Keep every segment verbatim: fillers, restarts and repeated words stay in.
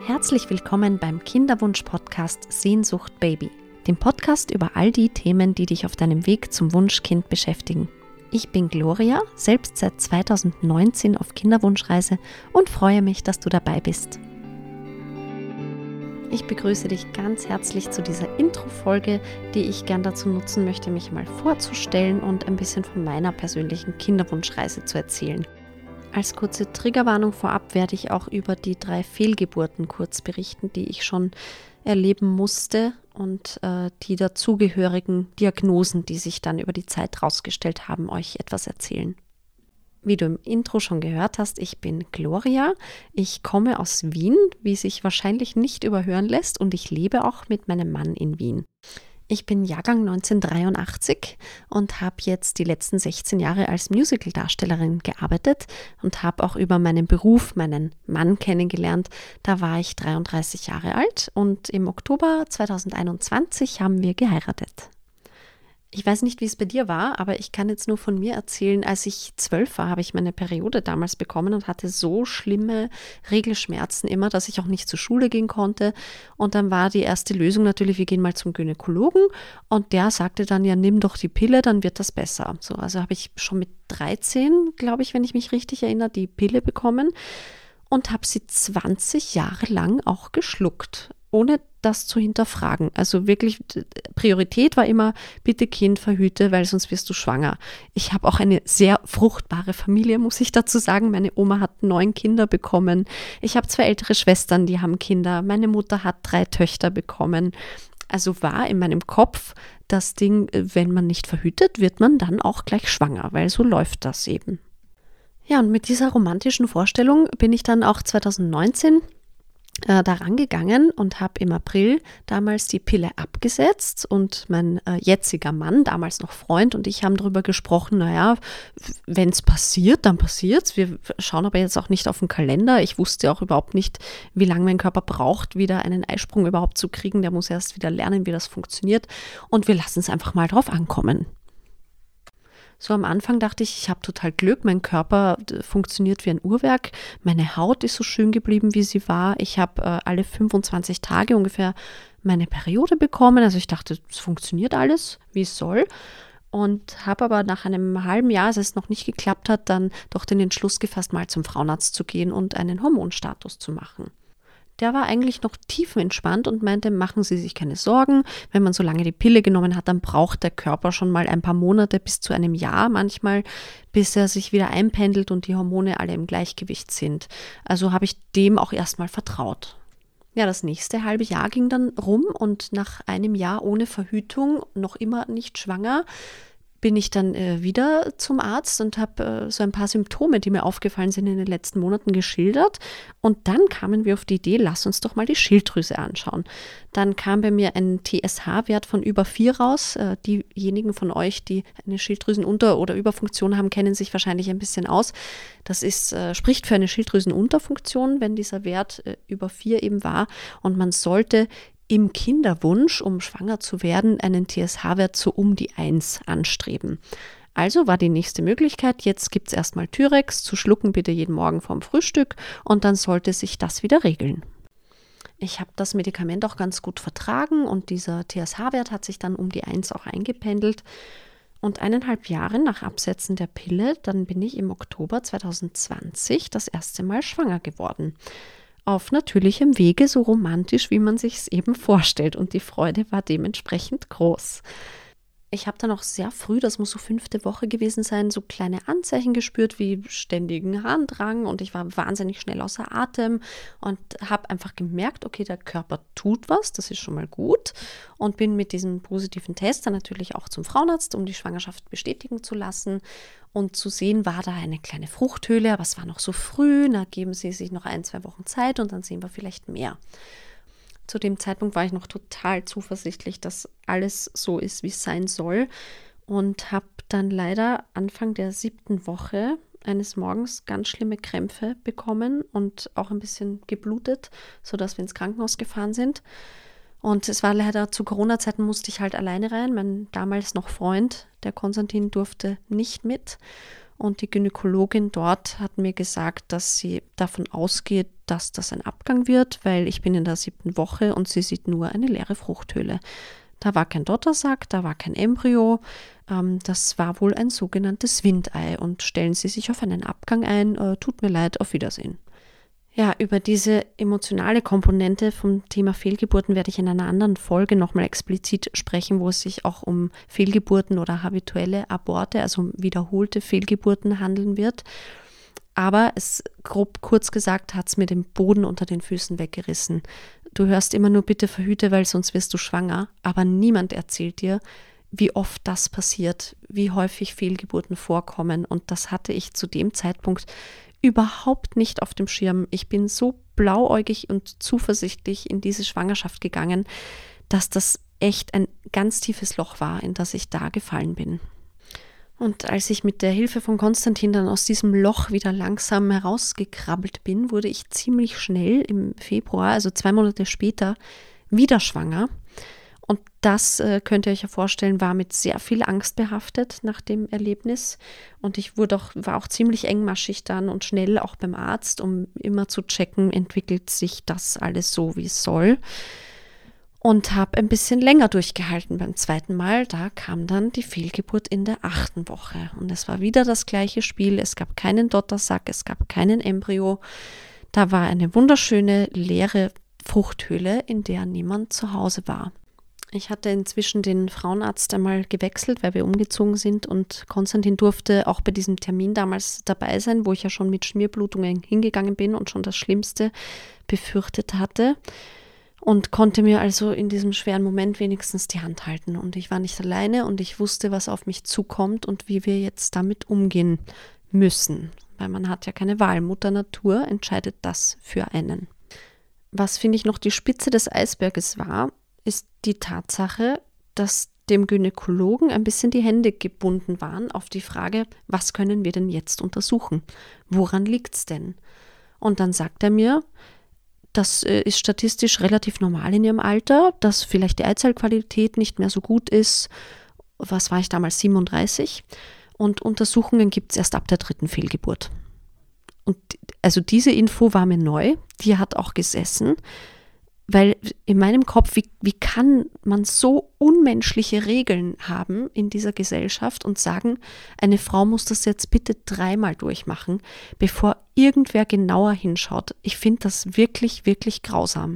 Herzlich willkommen beim Kinderwunsch-Podcast Sehnsucht Baby, dem Podcast über all die Themen, die dich auf deinem Weg zum Wunschkind beschäftigen. Ich bin Gloria, selbst seit zweitausendneunzehn auf Kinderwunschreise und freue mich, dass du dabei bist. Ich begrüße dich ganz herzlich zu dieser Intro-Folge, die ich gern dazu nutzen möchte, mich mal vorzustellen und ein bisschen von meiner persönlichen Kinderwunschreise zu erzählen. Als kurze Triggerwarnung vorab werde ich auch über die drei Fehlgeburten kurz berichten, die ich schon erleben musste und äh, die dazugehörigen Diagnosen, die sich dann über die Zeit herausgestellt haben, euch etwas erzählen. Wie du im Intro schon gehört hast, ich bin Gloria. Ich komme aus Wien, wie sich wahrscheinlich nicht überhören lässt, und ich lebe auch mit meinem Mann in Wien. Ich bin Jahrgang neunzehnhundertdreiundachtzig und habe jetzt die letzten sechzehn Jahre als Musical-Darstellerin gearbeitet und habe auch über meinen Beruf meinen Mann kennengelernt. Da war ich dreiunddreißig Jahre alt und im Oktober zweitausendeinundzwanzig haben wir geheiratet. Ich weiß nicht, wie es bei dir war, aber ich kann jetzt nur von mir erzählen, als ich zwölf war, habe ich meine Periode damals bekommen und hatte so schlimme Regelschmerzen immer, dass ich auch nicht zur Schule gehen konnte. Und dann war die erste Lösung natürlich, wir gehen mal zum Gynäkologen, und der sagte dann, ja, nimm doch die Pille, dann wird das besser. So, also habe ich schon mit dreizehn, glaube ich, wenn ich mich richtig erinnere, die Pille bekommen und habe sie zwanzig Jahre lang auch geschluckt, ohne das zu hinterfragen. Also wirklich, Priorität war immer, bitte Kind, verhüte, weil sonst wirst du schwanger. Ich habe auch eine sehr fruchtbare Familie, muss ich dazu sagen. Meine Oma hat neun Kinder bekommen. Ich habe zwei ältere Schwestern, die haben Kinder. Meine Mutter hat drei Töchter bekommen. Also war in meinem Kopf das Ding, wenn man nicht verhütet, wird man dann auch gleich schwanger, weil so läuft das eben. Ja, und mit dieser romantischen Vorstellung bin ich dann auch zweitausendneunzehn Äh, da rangegangen und habe im April damals die Pille abgesetzt, und mein äh, jetziger Mann, damals noch Freund, und ich haben darüber gesprochen, naja, wenn es passiert, dann passiert's. Wir schauen aber jetzt auch nicht auf den Kalender. Ich wusste auch überhaupt nicht, wie lange mein Körper braucht, wieder einen Eisprung überhaupt zu kriegen. Der muss erst wieder lernen, wie das funktioniert, und wir lassen es einfach mal drauf ankommen. So am Anfang dachte ich, ich habe total Glück, mein Körper funktioniert wie ein Uhrwerk, meine Haut ist so schön geblieben, wie sie war. Ich habe äh, alle fünfundzwanzig Tage ungefähr meine Periode bekommen, also ich dachte, es funktioniert alles, wie es soll. Und habe aber nach einem halben Jahr, als es noch nicht geklappt hat, dann doch den Entschluss gefasst, mal zum Frauenarzt zu gehen und einen Hormonstatus zu machen. Der war eigentlich noch tiefenentspannt und meinte, machen Sie sich keine Sorgen, wenn man so lange die Pille genommen hat, dann braucht der Körper schon mal ein paar Monate bis zu einem Jahr manchmal, bis er sich wieder einpendelt und die Hormone alle im Gleichgewicht sind. Also habe ich dem auch erstmal vertraut. Ja, das nächste halbe Jahr ging dann rum, und nach einem Jahr ohne Verhütung, noch immer nicht schwanger, bin ich dann äh, wieder zum Arzt und habe äh, so ein paar Symptome, die mir aufgefallen sind in den letzten Monaten, geschildert. Und dann kamen wir auf die Idee, lass uns doch mal die Schilddrüse anschauen. Dann kam bei mir ein T S H-Wert von über vier raus. Äh, diejenigen von euch, die eine Schilddrüsenunter- oder Überfunktion haben, kennen sich wahrscheinlich ein bisschen aus. Das ist, äh, spricht für eine Schilddrüsenunterfunktion, wenn dieser Wert äh, über vier eben war. Und man sollte im Kinderwunsch, um schwanger zu werden, einen T S H-Wert so um die eins anstreben. Also war die nächste Möglichkeit, jetzt gibt es erstmal Thyrex, zu schlucken bitte jeden Morgen vorm Frühstück, und dann sollte sich das wieder regeln. Ich habe das Medikament auch ganz gut vertragen, und dieser T S H-Wert hat sich dann um die eins auch eingependelt. Und eineinhalb Jahre nach Absetzen der Pille, dann bin ich im Oktober zweitausendzwanzig das erste Mal schwanger geworden. Auf natürlichem Wege, so romantisch, wie man sich es eben vorstellt. Und die Freude war dementsprechend groß. Ich habe dann auch sehr früh, das muss so fünfte Woche gewesen sein, so kleine Anzeichen gespürt wie ständigen Harndrang, und ich war wahnsinnig schnell außer Atem und habe einfach gemerkt, okay, der Körper tut was, das ist schon mal gut, und bin mit diesem positiven Test dann natürlich auch zum Frauenarzt, um die Schwangerschaft bestätigen zu lassen. Und zu sehen war da eine kleine Fruchthöhle, aber es war noch so früh, da geben sie sich noch ein, zwei Wochen Zeit und dann sehen wir vielleicht mehr. Zu dem Zeitpunkt war ich noch total zuversichtlich, dass alles so ist, wie es sein soll, und habe dann leider Anfang der siebten Woche eines Morgens ganz schlimme Krämpfe bekommen und auch ein bisschen geblutet, sodass wir ins Krankenhaus gefahren sind. Und es war leider, zu Corona-Zeiten musste ich halt alleine rein. Mein damals noch Freund, der Konstantin, durfte nicht mit. Und die Gynäkologin dort hat mir gesagt, dass sie davon ausgeht, dass das ein Abgang wird, weil ich bin in der siebten Woche und sie sieht nur eine leere Fruchthöhle. Da war kein Dottersack, da war kein Embryo, ähm, das war wohl ein sogenanntes Windei und stellen Sie sich auf einen Abgang ein, äh, tut mir leid, auf Wiedersehen. Ja, über diese emotionale Komponente vom Thema Fehlgeburten werde ich in einer anderen Folge nochmal explizit sprechen, wo es sich auch um Fehlgeburten oder habituelle Aborte, also um wiederholte Fehlgeburten handeln wird. Aber es, grob kurz gesagt, hat es mir den Boden unter den Füßen weggerissen. Du hörst immer nur bitte verhüte, weil sonst wirst du schwanger, aber niemand erzählt dir, wie oft das passiert, wie häufig Fehlgeburten vorkommen. Und das hatte ich zu dem Zeitpunkt überhaupt nicht auf dem Schirm. Ich bin so blauäugig und zuversichtlich in diese Schwangerschaft gegangen, dass das echt ein ganz tiefes Loch war, in das ich da gefallen bin. Und als ich mit der Hilfe von Konstantin dann aus diesem Loch wieder langsam herausgekrabbelt bin, wurde ich ziemlich schnell im Februar, also zwei Monate später, wieder schwanger. Und das, äh, könnt ihr euch ja vorstellen, war mit sehr viel Angst behaftet nach dem Erlebnis. Und ich wurde auch, war auch ziemlich engmaschig dann und schnell auch beim Arzt, um immer zu checken, entwickelt sich das alles so, wie es soll. Und habe ein bisschen länger durchgehalten beim zweiten Mal. Da kam dann die Fehlgeburt in der achten Woche. Und es war wieder das gleiche Spiel. Es gab keinen Dottersack, es gab keinen Embryo. Da war eine wunderschöne leere Fruchthöhle, in der niemand zu Hause war. Ich hatte inzwischen den Frauenarzt einmal gewechselt, weil wir umgezogen sind. Und Konstantin durfte auch bei diesem Termin damals dabei sein, wo ich ja schon mit Schmierblutungen hingegangen bin und schon das Schlimmste befürchtet hatte. Und konnte mir also in diesem schweren Moment wenigstens die Hand halten. Und ich war nicht alleine und ich wusste, was auf mich zukommt und wie wir jetzt damit umgehen müssen. Weil man hat ja keine Wahl. Mutter Natur entscheidet das für einen. Was, finde ich, noch die Spitze des Eisberges war, ist die Tatsache, dass dem Gynäkologen ein bisschen die Hände gebunden waren auf die Frage, was können wir denn jetzt untersuchen? Woran liegt's denn? Und dann sagt er mir, das ist statistisch relativ normal in ihrem Alter, dass vielleicht die Eizellqualität nicht mehr so gut ist. Was war ich damals, siebenunddreißig? Und Untersuchungen gibt es erst ab der dritten Fehlgeburt. Und also diese Info war mir neu, die hat auch gesessen, weil in meinem Kopf, wie, wie kann man so unmenschliche Regeln haben in dieser Gesellschaft und sagen, eine Frau muss das jetzt bitte dreimal durchmachen, bevor irgendwer genauer hinschaut. Ich finde das wirklich, wirklich grausam.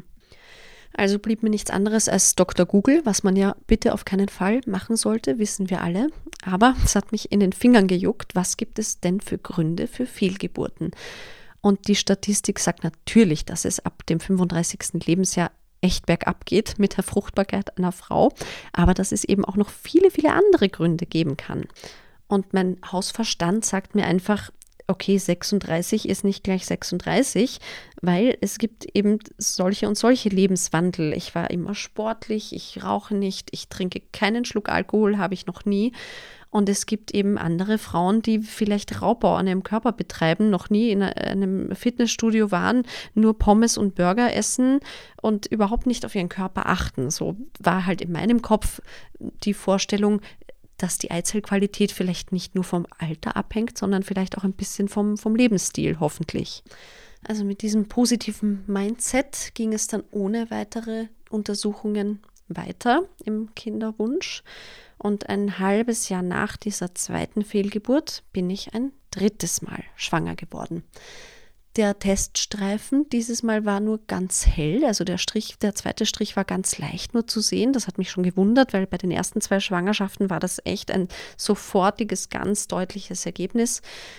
Also blieb mir nichts anderes als Doktor Google, was man ja bitte auf keinen Fall machen sollte, wissen wir alle. Aber es hat mich in den Fingern gejuckt, was gibt es denn für Gründe für Fehlgeburten? Und die Statistik sagt natürlich, dass es ab dem fünfunddreißigsten Lebensjahr echt bergab geht mit der Fruchtbarkeit einer Frau, aber dass es eben auch noch viele, viele andere Gründe geben kann. Und mein Hausverstand sagt mir einfach, okay, sechsunddreißig ist nicht gleich sechsunddreißig, weil es gibt eben solche und solche Lebenswandel. Ich war immer sportlich, ich rauche nicht, ich trinke keinen Schluck Alkohol, habe ich noch nie. Und es gibt eben andere Frauen, die vielleicht Raubbau an ihrem Körper betreiben, noch nie in einem Fitnessstudio waren, nur Pommes und Burger essen und überhaupt nicht auf ihren Körper achten. So war halt in meinem Kopf die Vorstellung, dass die Eizellqualität vielleicht nicht nur vom Alter abhängt, sondern vielleicht auch ein bisschen vom, vom Lebensstil, hoffentlich. Also mit diesem positiven Mindset ging es dann ohne weitere Untersuchungen weiter im Kinderwunsch. Und ein halbes Jahr nach dieser zweiten Fehlgeburt bin ich ein drittes Mal schwanger geworden. Der Teststreifen dieses Mal war nur ganz hell, also der Strich, der zweite Strich war ganz leicht nur zu sehen. Das hat mich schon gewundert, weil bei den ersten zwei Schwangerschaften war das echt ein sofortiges, ganz deutliches Ergebnis.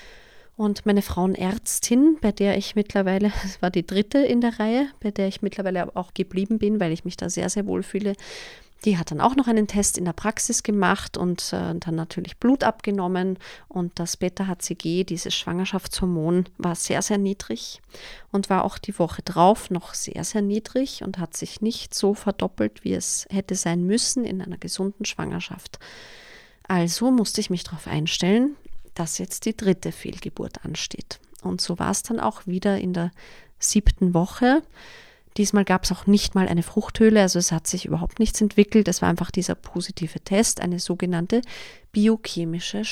Und meine Frauenärztin, bei der ich mittlerweile, das war die dritte in der Reihe, bei der ich mittlerweile auch geblieben bin, weil ich mich da sehr, sehr wohl fühle, die hat dann auch noch einen Test in der Praxis gemacht und äh, dann natürlich Blut abgenommen. Und das Beta-H C G, dieses Schwangerschaftshormon, war sehr, sehr niedrig und war auch die Woche drauf noch sehr, sehr niedrig und hat sich nicht so verdoppelt, wie es hätte sein müssen in einer gesunden Schwangerschaft. Also musste ich mich darauf einstellen, dass jetzt die dritte Fehlgeburt ansteht. Und so war es dann auch wieder in der siebten Woche. Diesmal gab es auch nicht mal eine Fruchthöhle, also es hat sich überhaupt nichts entwickelt. Es war einfach dieser positive Test, eine sogenannte biochemische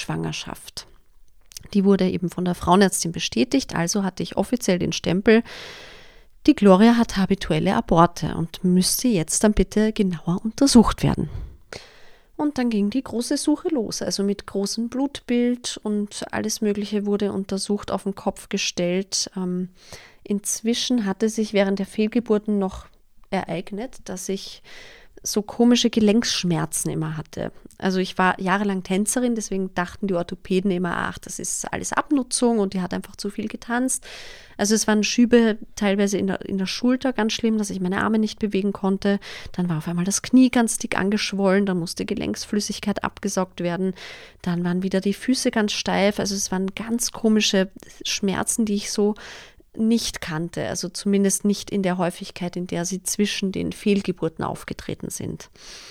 Schwangerschaft. Die wurde eben von der Frauenärztin bestätigt, also hatte ich offiziell den Stempel, Die Gloria hat habituelle Aborte und müsste jetzt dann bitte genauer untersucht werden. Und dann ging die große Suche los, also mit großem Blutbild und alles Mögliche wurde untersucht, auf den Kopf gestellt. Ähm, inzwischen hatte sich während der Fehlgeburten noch ereignet, dass ich so komische Gelenkschmerzen immer hatte. Also ich war jahrelang Tänzerin, deswegen dachten die Orthopäden immer, ach, das ist alles Abnutzung und die hat einfach zu viel getanzt. Also es waren Schübe teilweise in der, in der Schulter ganz schlimm, dass ich meine Arme nicht bewegen konnte. Dann war auf einmal das Knie ganz dick angeschwollen, dann musste Gelenksflüssigkeit abgesaugt werden. Dann waren wieder die Füße ganz steif. Also es waren ganz komische Schmerzen, die ich so nicht kannte, also zumindest nicht in der Häufigkeit, in der sie zwischen den Fehlgeburten aufgetreten sind.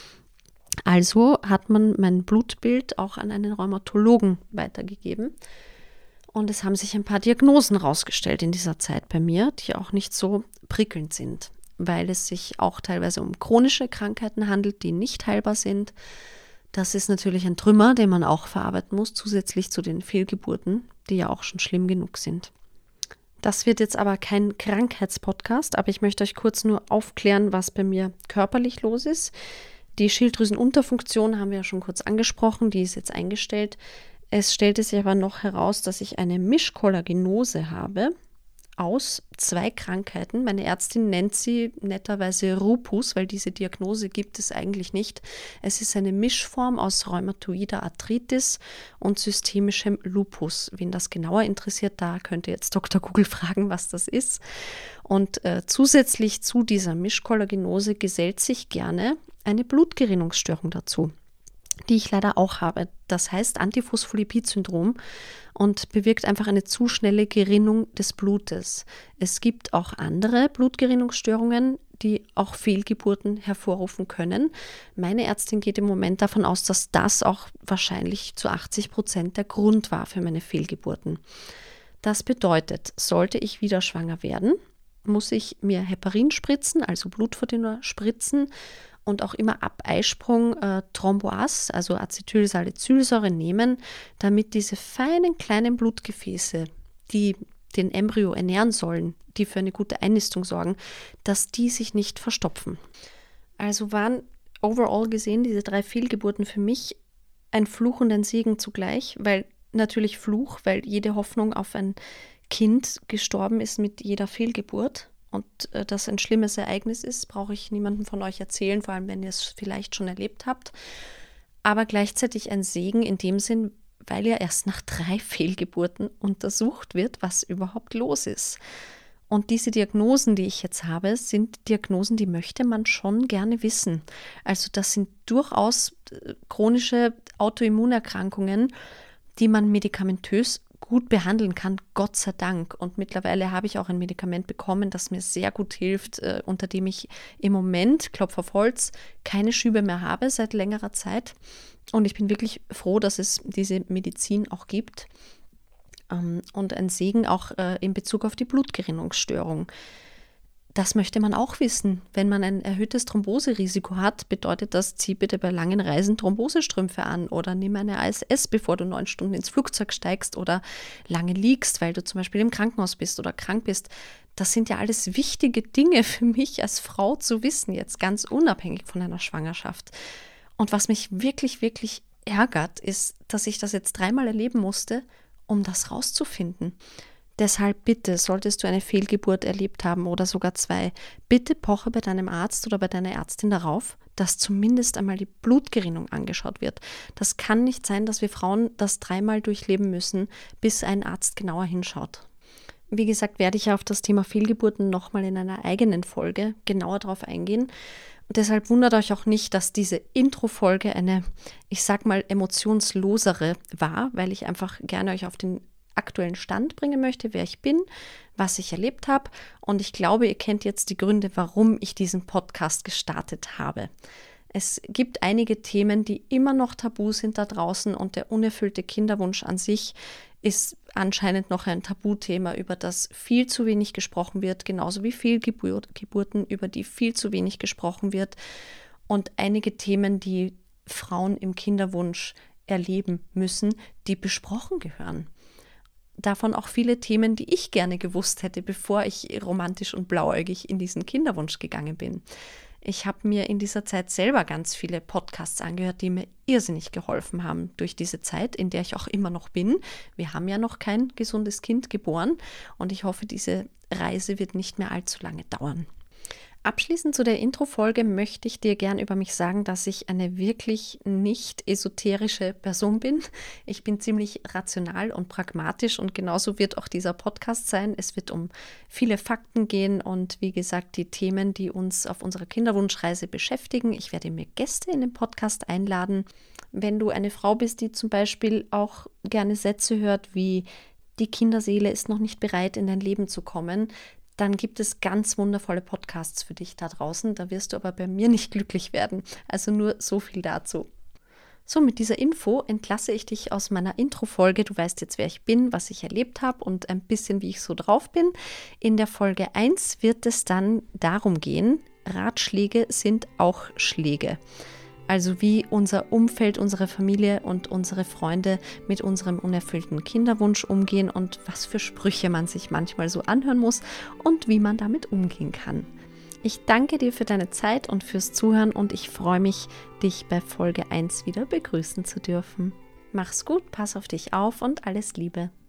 Also hat man mein Blutbild auch an einen Rheumatologen weitergegeben und es haben sich ein paar Diagnosen rausgestellt in dieser Zeit bei mir, die auch nicht so prickelnd sind, weil es sich auch teilweise um chronische Krankheiten handelt, die nicht heilbar sind. Das ist natürlich ein Trümmer, den man auch verarbeiten muss, zusätzlich zu den Fehlgeburten, die ja auch schon schlimm genug sind. Das wird jetzt aber kein Krankheitspodcast, aber ich möchte euch kurz nur aufklären, was bei mir körperlich los ist. Die Schilddrüsenunterfunktion haben wir ja schon kurz angesprochen, die ist jetzt eingestellt. Es stellte sich aber noch heraus, dass ich eine Mischkollagenose habe aus zwei Krankheiten. Meine Ärztin nennt sie netterweise Lupus, weil diese Diagnose gibt es eigentlich nicht. Es ist eine Mischform aus rheumatoider Arthritis und systemischem Lupus. Wen das genauer interessiert, da könnt ihr jetzt Doktor Google fragen, was das ist. Und äh, zusätzlich zu dieser Mischkollagenose gesellt sich gerne eine Blutgerinnungsstörung dazu, die ich leider auch habe. Das heißt Antiphospholipid-Syndrom und bewirkt einfach eine zu schnelle Gerinnung des Blutes. Es gibt auch andere Blutgerinnungsstörungen, die auch Fehlgeburten hervorrufen können. Meine Ärztin geht im Moment davon aus, dass das auch wahrscheinlich zu achtzig Prozent der Grund war für meine Fehlgeburten. Das bedeutet, sollte ich wieder schwanger werden, muss ich mir Heparin spritzen, also Blutverdünner spritzen, und auch immer ab Eisprung äh, Thromboas, also Acetylsalicylsäure nehmen, damit diese feinen kleinen Blutgefäße, die den Embryo ernähren sollen, die für eine gute Einnistung sorgen, dass die sich nicht verstopfen. Also waren overall gesehen diese drei Fehlgeburten für mich ein Fluch und ein Segen zugleich, weil natürlich Fluch, weil jede Hoffnung auf ein Kind gestorben ist mit jeder Fehlgeburt. Und äh, das ein schlimmes Ereignis ist, brauche ich niemandem von euch erzählen, vor allem wenn ihr es vielleicht schon erlebt habt. Aber gleichzeitig ein Segen in dem Sinn, weil ja erst nach drei Fehlgeburten untersucht wird, was überhaupt los ist. Und diese Diagnosen, die ich jetzt habe, sind Diagnosen, die möchte man schon gerne wissen. Also das sind durchaus chronische Autoimmunerkrankungen, die man medikamentös gut behandeln kann, Gott sei Dank. Und mittlerweile habe ich auch ein Medikament bekommen, das mir sehr gut hilft, äh, unter dem ich im Moment, Klopf auf Holz, keine Schübe mehr habe seit längerer Zeit. Und ich bin wirklich froh, dass es diese Medizin auch gibt. Ähm, und ein Segen auch äh, in Bezug auf die Blutgerinnungsstörung. Das möchte man auch wissen. Wenn man ein erhöhtes Thromboserisiko hat, bedeutet das, zieh bitte bei langen Reisen Thrombosestrümpfe an oder nimm eine A S S, bevor du neun Stunden ins Flugzeug steigst oder lange liegst, weil du zum Beispiel im Krankenhaus bist oder krank bist. Das sind ja alles wichtige Dinge für mich als Frau zu wissen, jetzt ganz unabhängig von einer Schwangerschaft. Und was mich wirklich, wirklich ärgert, ist, dass ich das jetzt dreimal erleben musste, um das rauszufinden. Deshalb bitte, solltest du eine Fehlgeburt erlebt haben oder sogar zwei, bitte poche bei deinem Arzt oder bei deiner Ärztin darauf, dass zumindest einmal die Blutgerinnung angeschaut wird. Das kann nicht sein, dass wir Frauen das dreimal durchleben müssen, bis ein Arzt genauer hinschaut. Wie gesagt, werde ich ja auf das Thema Fehlgeburten nochmal in einer eigenen Folge genauer drauf eingehen. Und deshalb wundert euch auch nicht, dass diese Intro-Folge eine, ich sag mal, emotionslosere war, weil ich einfach gerne euch auf den aktuellen Stand bringen möchte, wer ich bin, was ich erlebt habe. Und ich glaube, ihr kennt jetzt die Gründe, warum ich diesen Podcast gestartet habe. Es gibt einige Themen, die immer noch tabu sind da draußen und der unerfüllte Kinderwunsch an sich ist anscheinend noch ein Tabuthema, über das viel zu wenig gesprochen wird, genauso wie Fehlgeburten, über die viel zu wenig gesprochen wird und einige Themen, die Frauen im Kinderwunsch erleben müssen, die besprochen gehören. davon auch viele Themen, die ich gerne gewusst hätte, bevor ich romantisch und blauäugig in diesen Kinderwunsch gegangen bin. Ich habe mir in dieser Zeit selber ganz viele Podcasts angehört, die mir irrsinnig geholfen haben durch diese Zeit, in der ich auch immer noch bin. Wir haben ja noch kein gesundes Kind geboren und ich hoffe, diese Reise wird nicht mehr allzu lange dauern. Abschließend zu der Intro-Folge möchte ich dir gern über mich sagen, dass ich eine wirklich nicht esoterische Person bin. Ich bin ziemlich rational und pragmatisch und genauso wird auch dieser Podcast sein. Es wird um viele Fakten gehen und wie gesagt die Themen, die uns auf unserer Kinderwunschreise beschäftigen. Ich werde mir Gäste in den Podcast einladen. Wenn du eine Frau bist, die zum Beispiel auch gerne Sätze hört wie die Kinderseele ist noch nicht bereit, in dein Leben zu kommen, dann gibt es ganz wundervolle Podcasts für dich da draußen. Da wirst du aber bei mir nicht glücklich werden. Also nur so viel dazu. So, mit dieser Info entlasse ich dich aus meiner Intro-Folge. Du weißt jetzt, wer ich bin, was ich erlebt habe und ein bisschen, wie ich so drauf bin. In der Folge eins wird es dann darum gehen, Ratschläge sind auch Schläge. Also wie unser Umfeld, unsere Familie und unsere Freunde mit unserem unerfüllten Kinderwunsch umgehen und was für Sprüche man sich manchmal so anhören muss und wie man damit umgehen kann. Ich danke dir für deine Zeit und fürs Zuhören und ich freue mich, dich bei Folge eins wieder begrüßen zu dürfen. Mach's gut, pass auf dich auf und alles Liebe.